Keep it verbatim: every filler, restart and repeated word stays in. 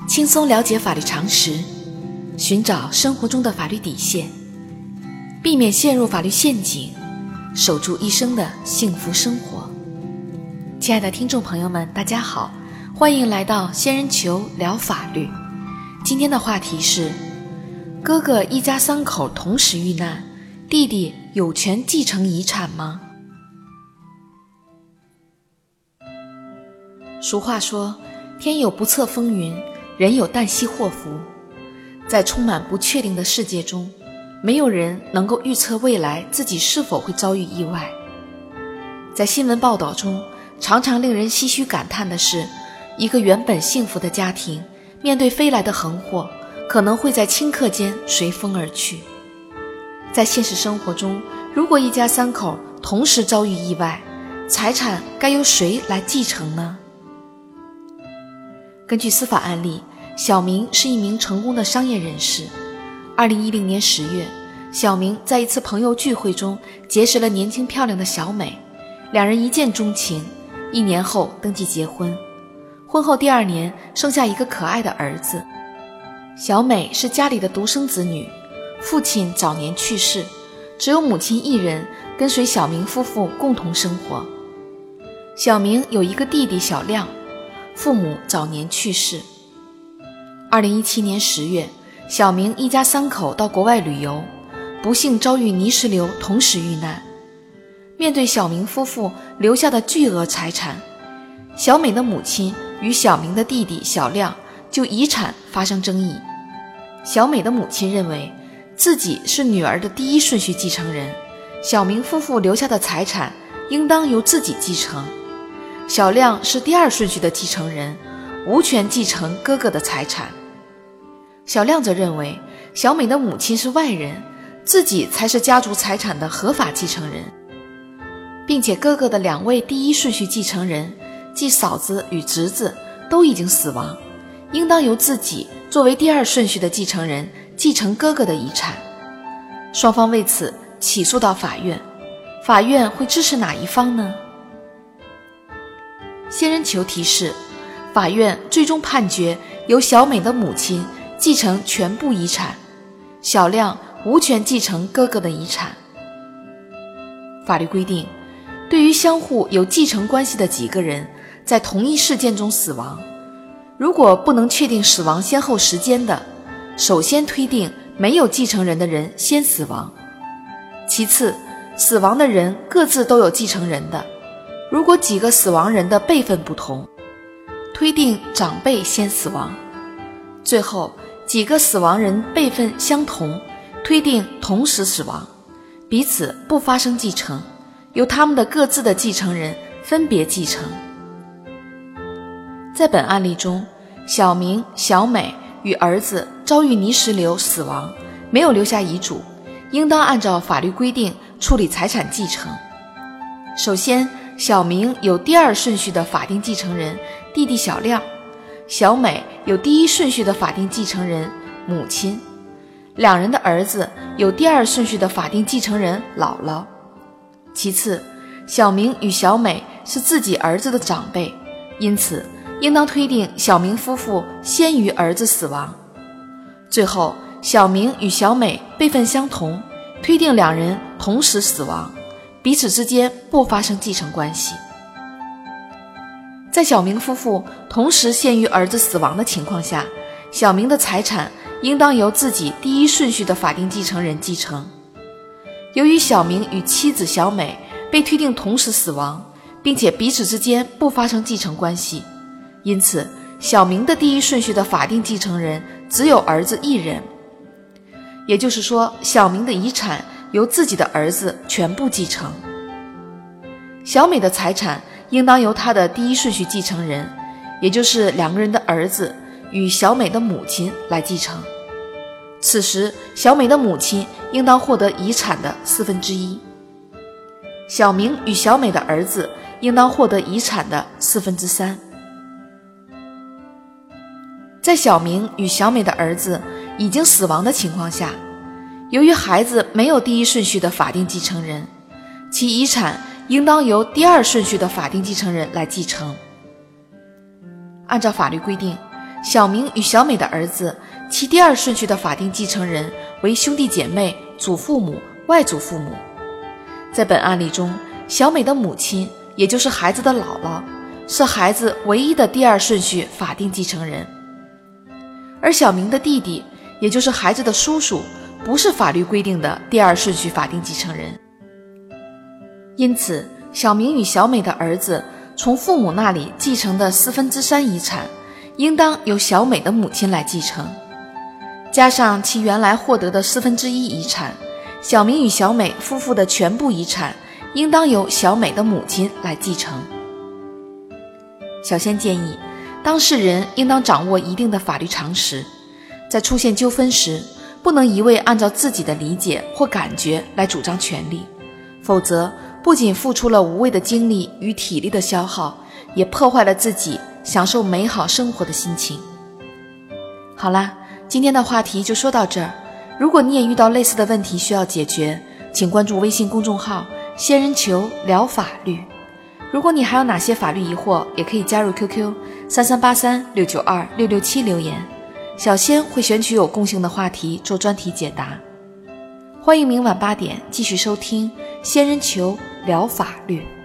轻松了解法律常识，寻找生活中的法律底线，避免陷入法律陷阱，守住一生的幸福生活。亲爱的听众朋友们，大家好，欢迎来到仙人球聊法律。今天的话题是：哥哥一家三口同时遇难，弟弟有权继承遗产吗？俗话说，天有不测风云，人有旦夕祸福。在充满不确定的世界中，没有人能够预测未来自己是否会遭遇意外。在新闻报道中，常常令人唏嘘感叹的是，一个原本幸福的家庭，面对飞来的横祸，可能会在顷刻间随风而去。在现实生活中，如果一家三口同时遭遇意外，财产该由谁来继承呢？根据司法案例，小明是一名成功的商业人士。二零一零年十月，小明在一次朋友聚会中结识了年轻漂亮的小美，两人一见钟情，一年后登记结婚。婚后第二年生下一个可爱的儿子。小美是家里的独生子女，父亲早年去世，只有母亲一人跟随小明夫妇共同生活。小明有一个弟弟小亮，父母早年去世。二零一七年十月，小明一家三口到国外旅游，不幸遭遇泥石流，同时遇难。面对小明夫妇留下的巨额财产，小美的母亲与小明的弟弟小亮就遗产发生争议。小美的母亲认为自己是女儿的第一顺序继承人，小明夫妇留下的财产应当由自己继承。小亮是第二顺序的继承人，无权继承哥哥的财产。小亮则认为小美的母亲是外人，自己才是家族财产的合法继承人，并且哥哥的两位第一顺序继承人，即嫂子与侄子都已经死亡，应当由自己作为第二顺序的继承人继承哥哥的遗产。双方为此起诉到法院，法院会支持哪一方呢？仙人球提示，法院最终判决由小美的母亲继承全部遗产，小亮无权继承哥哥的遗产。法律规定，对于相互有继承关系的几个人在同一事件中死亡，如果不能确定死亡先后时间的，首先推定没有继承人的人先死亡，其次死亡的人各自都有继承人的，如果几个死亡人的辈分不同，推定长辈先死亡，最后几个死亡人辈分相同，推定同时死亡，彼此不发生继承，由他们的各自的继承人分别继承。在本案例中，小明、小美与儿子遭遇泥石流死亡，没有留下遗嘱，应当按照法律规定处理财产继承。首先，小明有第二顺序的法定继承人弟弟小亮，小美有第一顺序的法定继承人母亲，两人的儿子有第二顺序的法定继承人姥姥。其次，小明与小美是自己儿子的长辈，因此应当推定小明夫妇先于儿子死亡。最后，小明与小美辈分相同，推定两人同时死亡，彼此之间不发生继承关系。在小明夫妇同时先于儿子死亡的情况下，小明的财产应当由自己第一顺序的法定继承人继承。由于小明与妻子小美被推定同时死亡，并且彼此之间不发生继承关系，因此小明的第一顺序的法定继承人只有儿子一人，也就是说，小明的遗产由自己的儿子全部继承。小美的财产应当由她的第一顺序继承人，也就是两个人的儿子与小美的母亲来继承。此时，小美的母亲应当获得遗产的四分之一，小明与小美的儿子应当获得遗产的四分之三。在小明与小美的儿子已经死亡的情况下，由于孩子没有第一顺序的法定继承人，其遗产应当由第二顺序的法定继承人来继承。按照法律规定， 小明与小美的儿子，其第二顺序的法定继承人为兄弟姐妹、祖父母、外祖父母。在本案例中，小美的母亲，也就是孩子的姥姥，是孩子唯一的第二顺序法定继承人，而小明的弟弟，也就是孩子的叔叔，不是法律规定的第二顺序法定继承人。因此，小明与小美的儿子从父母那里继承的四分之三遗产，应当由小美的母亲来继承，加上其原来获得的四分之一遗产，小明与小美夫妇的全部遗产，应当由小美的母亲来继承。小仙建议，当事人应当掌握一定的法律常识，在出现纠纷时，不能一味按照自己的理解或感觉来主张权利，否则不仅付出了无谓的精力与体力的消耗，也破坏了自己享受美好生活的心情。好啦，今天的话题就说到这儿。如果你也遇到类似的问题需要解决，请关注微信公众号仙人球聊法律。如果你还有哪些法律疑惑，也可以加入 Q Q 三三八三六九二六六七留言，小仙会选取有共性的话题做专题解答。欢迎明晚八点继续收听仙人球聊法律。